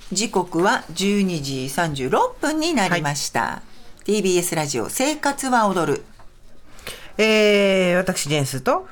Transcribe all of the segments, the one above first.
時刻は12時36分になりました、TBS ラジオ生活は踊る。 私ジェンスと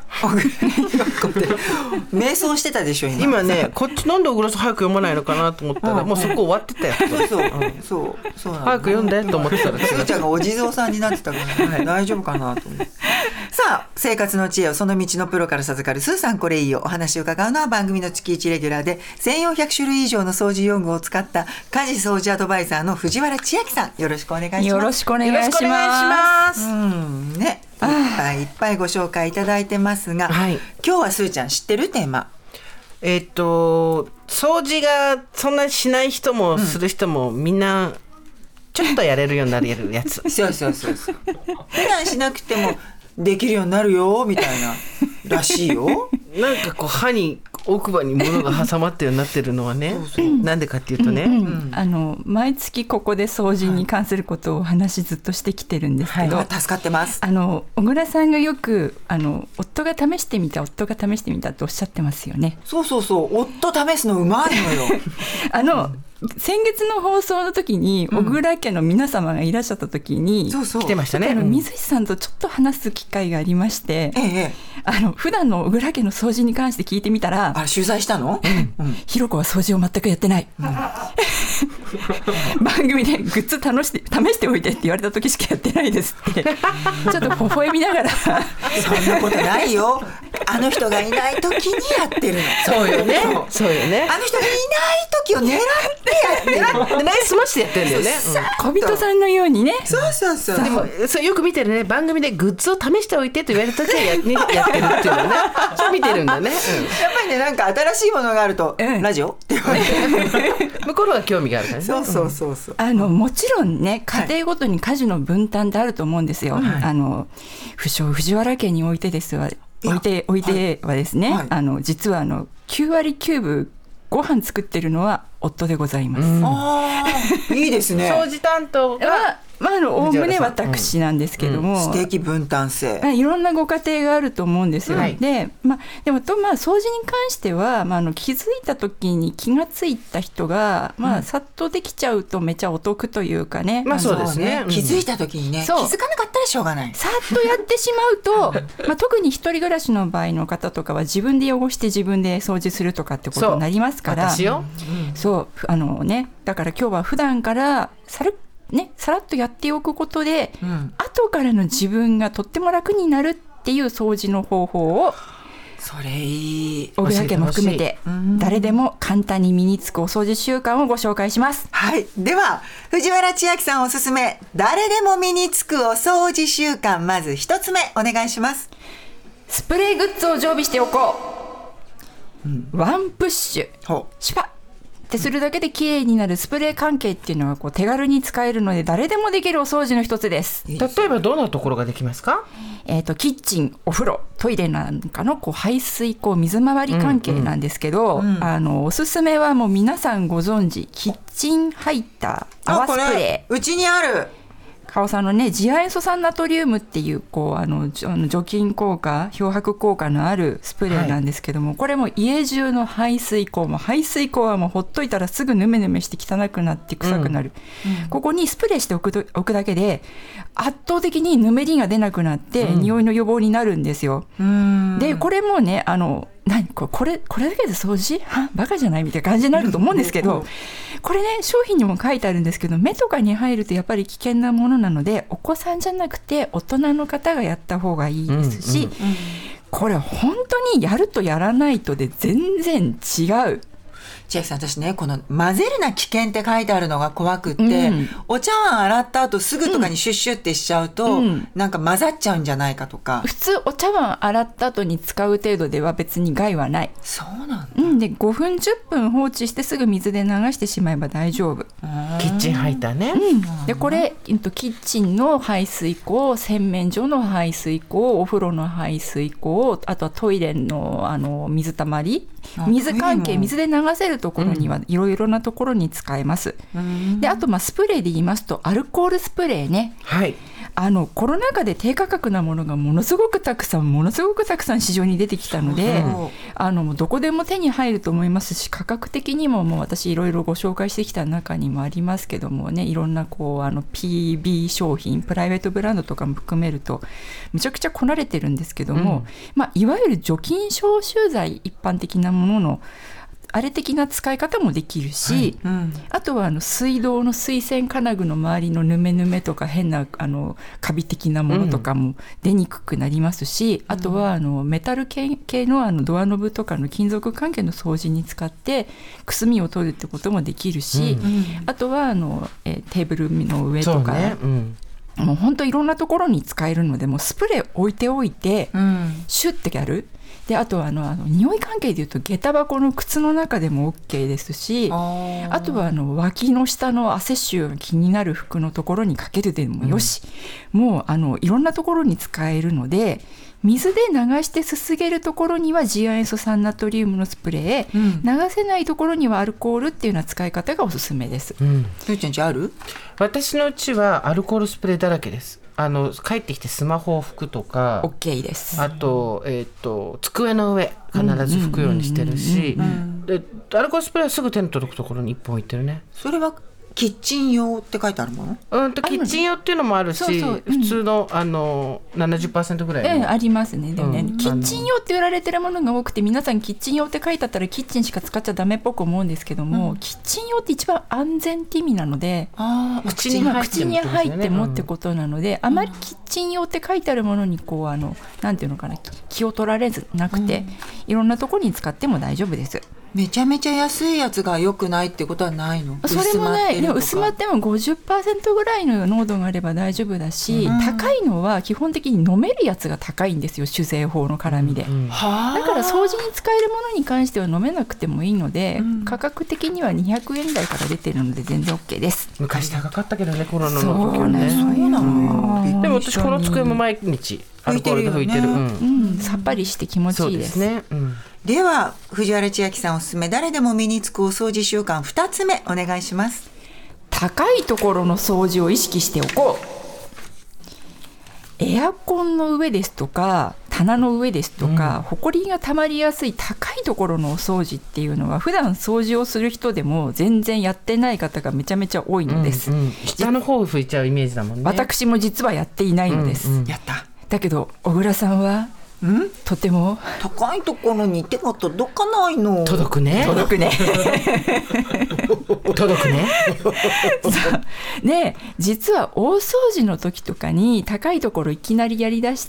瞑想してたでしょ今ね。こっちなんで小倉さん早く読まないのかなと思ったら、もうそこ終わってたよ。 そう早く読んでと思ってたら、 すーちゃんがお地蔵さんになってたから、大丈夫かなと思って。さあ、生活の知恵をその道のプロから授かるスーさんこれいいよ。お話を伺うのは番組の月1レギュラーで1400種類以上の掃除用具を使った家事掃除アドバイザーの藤原千秋さん、よろしくお願いします。 よろしくお願いします。 ね、いっぱいご紹介いただいてますが、今日はスーちゃん知ってるテーマ？ 掃除がそんなにしない人もする人も、みんなちょっとやれるようになるやつ。 そう普段しなくてもできるようになるよみたいならしいよ。 なんかこう歯に奥歯に物が挟まったようになってるのはね、なんでかっていうとね、 毎月ここで掃除に関することをお話ずっとしてきてるんですけど、 助かってます。 小倉さんがよく夫が試してみたとおっしゃってますよね。 そう夫試すのうまいのよ。 先月の放送の時に小倉家の皆様がいらっしゃった時に、 来てましたね。 水石さんとちょっと話す機会がありまして、普段の小倉家の掃除に関して聞いてみたら、 取材したの？ ひろこは掃除を全くやってない、番組でグッズ試しておいてって言われた時しかやってないですってちょっと微笑みながらそんなことないよ、あの人がいない時にやってるの。 そうよね。 あの人がいない時を狙って済ましてやってるんだよね。 小人さんのようにね。 そうでもそれよく見てるね。番組でグッズを試しておいてと言われた時はやってるっていうのね。そう見てるんだね。やっぱりね、なんか新しいものがあると、ラジオって言われて向こうが興味があるからね。 そうもちろんね、家庭ごとに家事の分担ってあると思うんですよ。不詳藤原家においてですね、実は9割9分ご飯作ってるのは夫でございます。 いいですね。 掃除担当がおおむね私なんですけども、 素敵分担性、 いろんなご家庭があると思うんですよ。でも掃除に関しては、気づいた時に気がついた人が、さっとできちゃうとめちゃお得というかね。 そうですね。 気づいた時にね、気づかなかったらしょうがない。 さっとやってしまうと特に一人暮らしの場合の方とかは自分で汚して自分で掃除するとかってことになりますから。 私よ。 だから今日は普段からさらっとやっておくことで、後からの自分がとっても楽になるっていう掃除の方法を、 それいい、 小倉家も含めて誰でも簡単に身につくお掃除習慣をご紹介します。 では藤原千秋さんおすすめ、誰でも身につくお掃除習慣、まず一つ目お願いします。 スプレーグッズを常備しておこう。ワンプッシュシュパッってするだけで綺麗になるスプレー関係っていうのは手軽に使えるので、誰でもできるお掃除の一つです。 例えばどんなところができますか？ キッチン、お風呂、トイレなんかの排水水回り関係なんですけど、おすすめはもう皆さんご存知、キッチンハイター泡スプレー。 うちにある川さんのね、次亜塩素酸ナトリウムっていう除菌効果、漂白効果のあるスプレーなんですけども、これも家中の排水口はもうほっといたらすぐヌメヌメして汚くなって臭くなる、ここにスプレーしておくだけで圧倒的にぬめりが出なくなって、匂いの予防になるんですよ。でこれもね、これだけで掃除バカじゃないみたいな感じになると思うんですけど、これね、商品にも書いてあるんですけど、目とかに入るとやっぱり危険なものなので、お子さんじゃなくて大人の方がやった方がいいですし、これ本当にやるとやらないとで全然違う。 千秋さん、私ね、この混ぜるな危険って書いてあるのが怖くって、お茶碗洗った後すぐとかにシュッシュってしちゃうと、なんか混ざっちゃうんじゃないかとか。 普通お茶碗洗った後に使う程度では別に害はない。 そうなんだ。 で5分10分放置してすぐ水で流してしまえば大丈夫。 キッチンハイターね。 でこれキッチンの排水口、洗面所の排水口、お風呂の排水口、あとはトイレの水たまり、水関係、水で流せるところにはいろいろなところに使えます。であとスプレーで言いますとアルコールスプレーね。 コロナ禍で低価格なものがものすごくたくさん市場に出てきたので、どこでも手に入ると思いますし、価格的にももう私いろいろご紹介してきた中にもありますけどもね、いろんなPB 商品、プライベートブランドとかも含めるとむちゃくちゃこなれてるんですけども、いわゆる除菌消臭剤、一般的なもののあれ的な使い方もできるし、あとは水道の水栓金具の周りのヌメヌメとか変なカビ的なものとかも出にくくなりますし、あとはメタル系のドアノブとかの金属関係の掃除に使ってくすみを取るってこともできるし、あとはテーブルの上とか、もう本当いろんなところに使えるので、もうスプレー置いておいて、シュッてやる。であとは匂い関係でいうと下駄箱の靴の中でも OK ですし、あとは脇の下の汗臭が気になる服のところにかけるでもよし、もういろんなところに使えるので、水で流してすすげるところには次亜塩素酸ナトリウムのスプレー、流せないところにはアルコールっていうような使い方がおすすめです。 ゆうちゃんちある？ 私のうちはアルコールスプレーだらけです。帰ってきてスマホを拭くとか OK です。 あと、机の上必ず拭くようにしてるし、でアルコールスプレーはすぐ手に届くところに1本置いてるね。 それはキッチン用って書いてあるもの？ キッチン用っていうのもあるし、普通の70% ぐらいの、 ありますね。でもね、キッチン用って売られてるものが多くて、皆さんキッチン用って書いてあったらキッチンしか使っちゃダメっぽく思うんですけども、キッチン用って一番安全って意味なので、口に入ってもってことなので、あまりキッチン用って書いてあるものになんていうのかな、気を取られずなくて、いろんなところに使っても大丈夫です。 めちゃめちゃ安いやつが良くないってことはないの？ それもない。でも薄まっても 50% ぐらいの濃度があれば大丈夫だし、高いのは基本的に飲めるやつが高いんですよ、酒税法の絡みで。だから掃除に使えるものに関しては飲めなくてもいいので、価格的には200円台から出てるので全然 OK です。 昔高かったけどね、コロナの時はね。 そうなの。 でも私この机も毎日アルコールで拭いてる。 さっぱりして気持ちいいです。 そうですね。 では藤原千秋さんおすすめ、誰でも身につくお掃除習慣2つ目お願いします。 高いところの掃除を意識しておこう。エアコンの上ですとか棚の上ですとか、ほこりがたまりやすい高いところのお掃除っていうのは、普段掃除をする人でも全然やってない方がめちゃめちゃ多いのです。 下の方を拭いちゃうイメージだもんね。 私も実はやっていないのです。 やった。 だけど小倉さんはとても高いところに手が届かないの。 届くね届くねね、実は大掃除の時とかに高いところいきなりやりだして、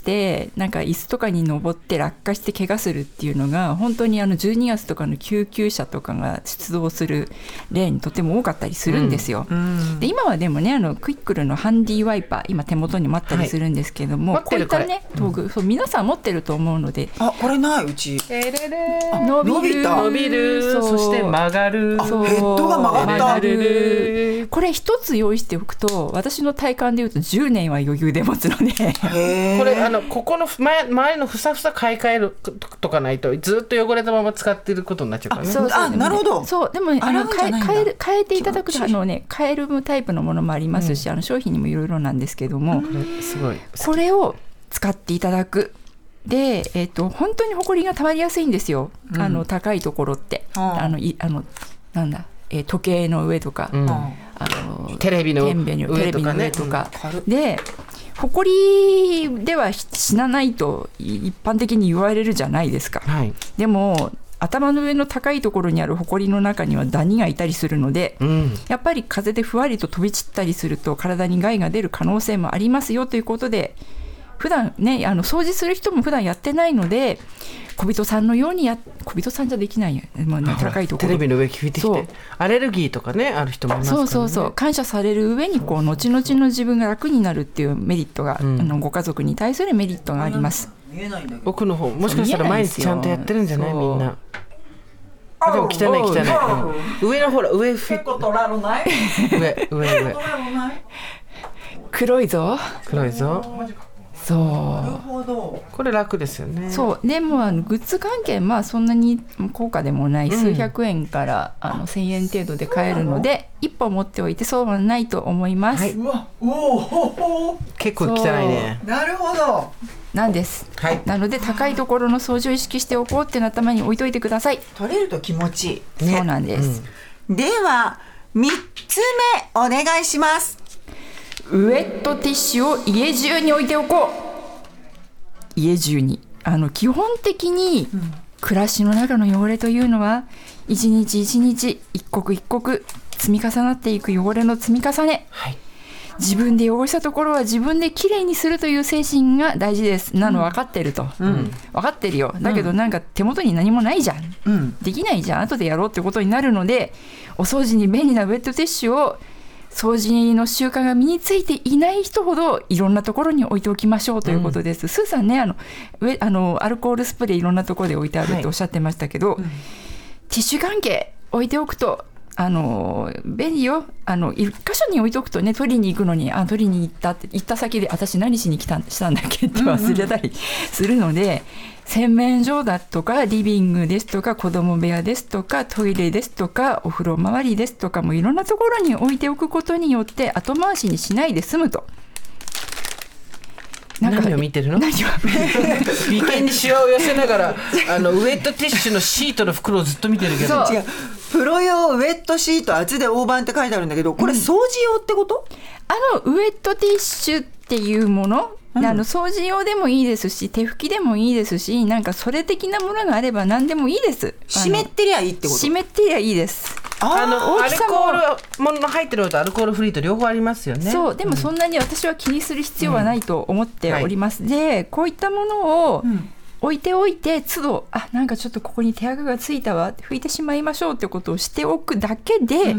なんか椅子とかに登って落下して怪我するっていうのが本当に12月とかの救急車とかが出動する例にとても多かったりするんですよ。で今はでもね、クイックルのハンディワイパー今手元にもあったりするんですけども、こういったね道具、皆さん持ってると思うので、 これない、うち伸びる、 そして曲がる、 ヘッドが曲がった。 これ一つ用意しておくと、私の体感でいうと10年は余裕で持つのでこれここの周りのふさふさ買い替えるとかないとずっと汚れたまま使っていることになっちゃうからね。 なるほど。 そうでもね、変えていただくと変えるタイプのものもありますし、商品にもいろいろなんですけども、 すごいこれを使っていただく。で、本当にほこりがたまりやすいんですよ、高いところって。なんだ、時計の上とか、 テレビの上とかね。 でほこりでは死なないと一般的に言われるじゃないですか。でも頭の上の高いところにあるほこりの中にはダニがいたりするので、やっぱり風でふわりと飛び散ったりすると体に害が出る可能性もありますよということで、普段ね、掃除する人も普段やってないので、小人さんのように小人さんじゃできないよ、高いところテレビの上聞いてきて、アレルギーとかねある人もいますからね。 そう感謝される上に後々の自分が楽になるっていうメリットが、ご家族に対するメリットがあります。 奥の方もしかしたら毎日ちゃんとやってるんじゃない？みんな。でも汚い上のほら上結構取らない上黒いぞ。 そうなるほど。 これ楽ですよね。 そうでもグッズ関係そんなに高価でもない、数百円から1000円程度で買えるので一本持っておいて損はないと思います、 はい、 うわ、おお、 結構汚いね。 なるほど。 なんです、 はい、 なので高いところの掃除を意識しておこうっていうのは頭に置いといてください。 取れると気持ちいい、 ね、そうなんです、 では3つ目お願いします。 ウェットティッシュを家中に置いておこう。家中に基本的に暮らしの中の汚れというのは一日一日一刻一刻積み重なっていく汚れの積み重ね、 はい、 自分で汚したところは自分できれいにするという精神が大事ですなの分かってると、分かってるよ。だけどなんか手元に何もないじゃん、できないじゃん、後でやろうってことになるので、お掃除に便利なウェットティッシュを掃除の習慣が身についていない人ほどいろんなところに置いておきましょうということです、スーさんね、アルコールスプレーいろんなところで置いてあるっておっしゃってましたけど、ティッシュ関係置いておくと便利よ。一箇所に置いとくとね、取りに行くのに取りに行ったって行った先で私何しにしたんだっけって忘れたりするので、洗面所だとかリビングですとか子供部屋ですとかトイレですとかお風呂周りですとかもいろんなところに置いておくことによって後回しにしないで済むと。 何を見てるの？眉間にシワを寄せながらウェットティッシュのシートの袋をずっと見てるけど、 違う、プロ用ウェットシート厚手大判って書いてあるんだけど、これ掃除用ってこと？ ウェットティッシュっていうもの、掃除用でもいいですし手拭きでもいいですし、なんかそれ的なものがあれば何でもいいです。 湿ってりゃいいってこと？ 湿ってりゃいいです。 アルコールものの入ってるのとアルコールフリーと両方ありますよね。 そう、でもそんなに私は気にする必要はないと思っております、でこういったものを置いておいて都度なんかちょっとここに手垢がついたわ拭いてしまいましょうってことをしておくだけで、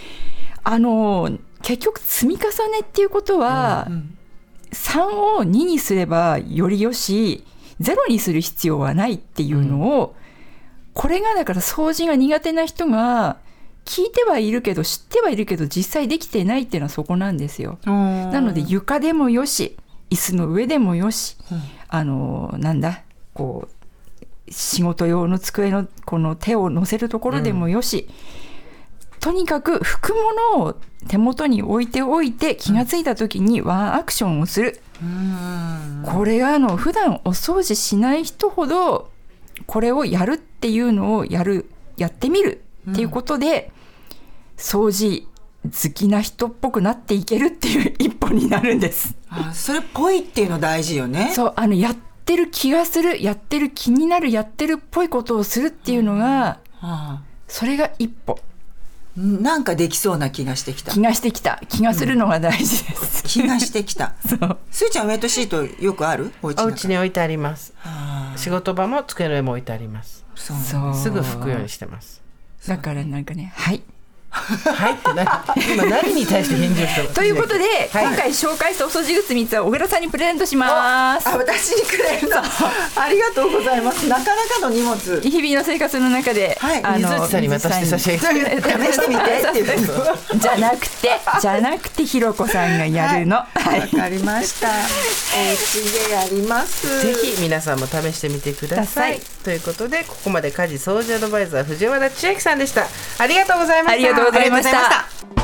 結局積み重ねっていうことは、3を2にすればよりよし0にする必要はないっていうのを、これがだから掃除が苦手な人が聞いてはいるけど知ってはいるけど実際できてないっていうのはそこなんですよ。なので床でもよし椅子の上でもよし、なんだこう仕事用の机のこの手を乗せるところでもよし、とにかく拭くものを手元に置いておいて気がついた時にワンアクションをする。これが普段お掃除しない人ほどこれをやるっていうのをやってみるっていうことで、掃除好きな人っぽくなっていけるっていう一歩になるんです。 それっぽいっていうの大事よね。 そう、やってる気がする、やってる気になる、やってるっぽいことをするっていうのが、それが一歩。 なんかできそうな気がしてきた。 気がするのが大事です、 気がしてきた。 そうすーちゃんウェットシートよくある？お家に置いてあります。仕事場も机の上も置いてあります。 そうすぐ拭くようにしてます。 だからなんかね、はいはいって今何に対して返事をしたのということで、今回紹介したお掃除グッズ3つは小倉さんにプレゼントします。 私にくれるのありがとうございます。なかなかの荷物。 日々の生活の中で、 水内さんに渡して差し上げて試してみてっていうじゃなくてひろこさんがやるの。 わかりました。お家でやります。 ぜひ皆さんも試してみてください。ということでここまで家事掃除アドバイザー藤原千秋さんでした。ありがとうございました。 ありがとうございました。 あなた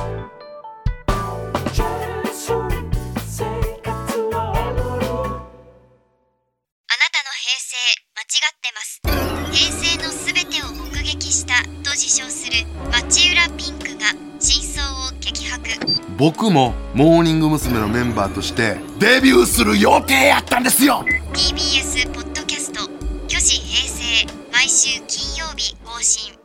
の平成間違ってます。平成のすべてを目撃したと自称する町浦ピンクが真相を激白。 僕もモーニング娘。のメンバーとしてデビューする予定やったんですよ。 TBS ポッドキャスト「虚子平成」毎週金曜日更新。